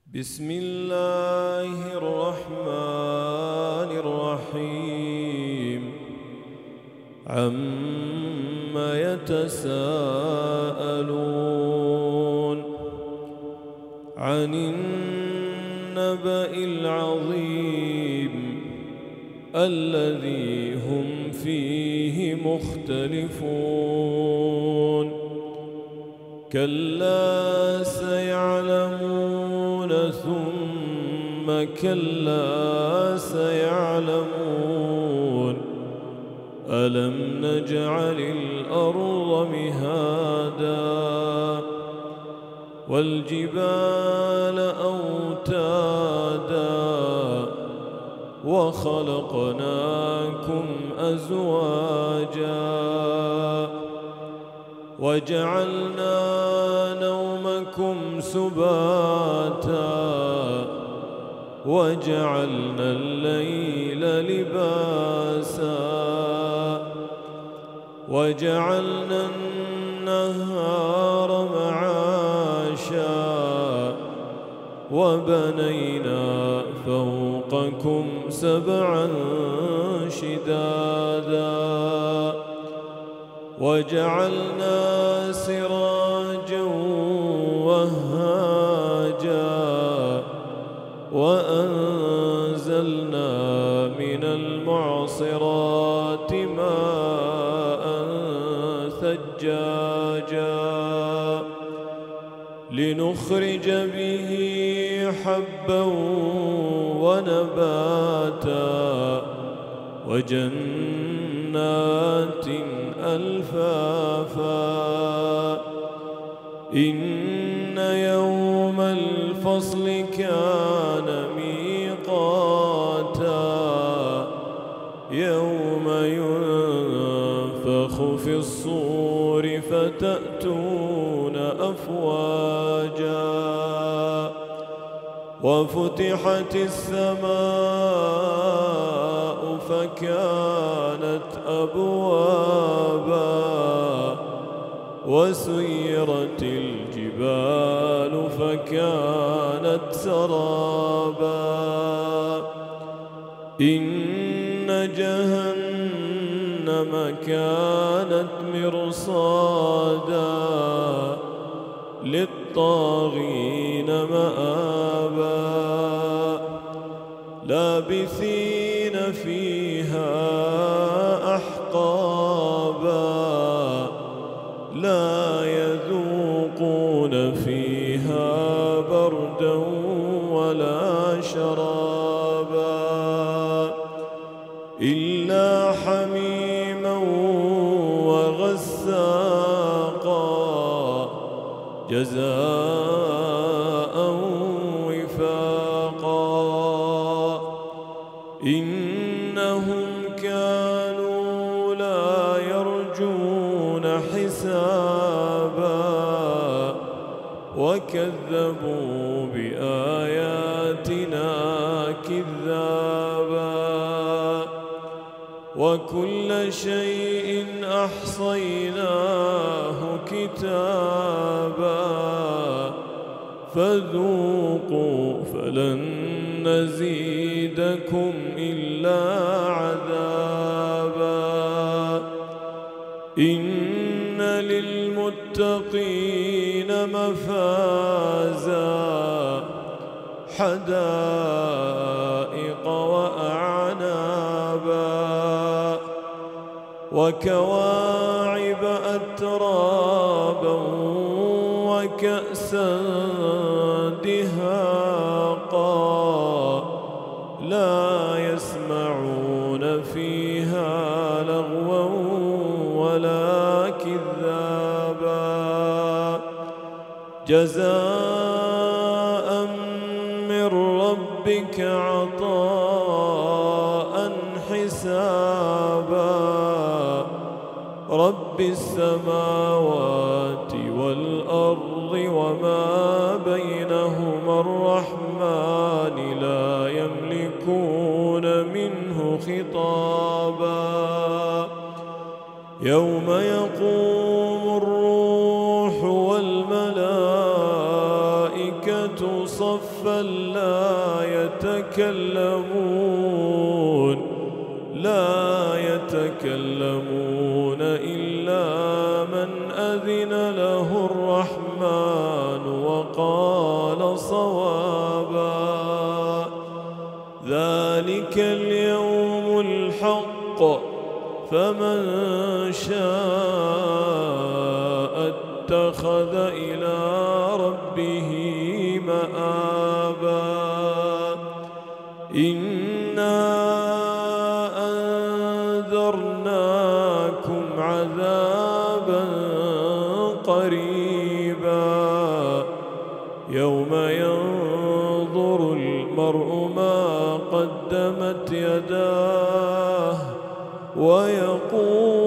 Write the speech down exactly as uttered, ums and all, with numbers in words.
بسم الله الرحمن الرحيم عم يتساءلون عن النبأ العظيم الذي هم فيه مختلفون كلا سيعلمون ثم كلا سيعلمون ألم نجعل الأرض مهادا والجبال أوتادا وخلقناكم أزواجا وجعلنا نومكم سباتا وجعلنا الليل لباسا وجعلنا النهار معاشا وبنينا فوقكم سبعا شدادا وجعلنا سراجا وهاجا وأنزلنا من المعصرات ماء ثجاجا لنخرج به حبا ونباتا وجنات ألفافا إن يوم الفصل كان ميقاتا يوم ينفخ في الصور فتأتون أفواجا وفتحت السماء فكانت أبوابا وسيرت الجبال فكانت سرابا إن جهنم كانت مرصادا للطاغين مآبا لابثين فيها أحقابا لا يذوقون فيها بردا ولا شرابا إلا حميما وغساقا جزاء وفاقا إنهم كانوا لا يرجون حسابا وكذبوا بآياتنا كذابا وكل شيء أحصيناه كتابا فذوقوا فلن نزيدكم إلا عذابا إن للمتقين مفازا حدائق وأعنابا وكواعب أترابا وكأسا دهاقا لا يسمعون فيها لغوا ولا كذابا جزاء من ربك عطاء حسابا رب السماوات والأرض وما بينهما الرحمن لا يملكون منه خطابا يوم يقوم الروح والملائكة صفا صفا لا يتكلمون لا يتكلمون إلا من أذن له الرحمن وقال صوابا. ذلك اليوم الحق فمن شاء اتخذ إلى ربه مآبا. إنا أنذرناكم عذابا قريبا يوم ينظر المرء ما قدمت يداه ويقول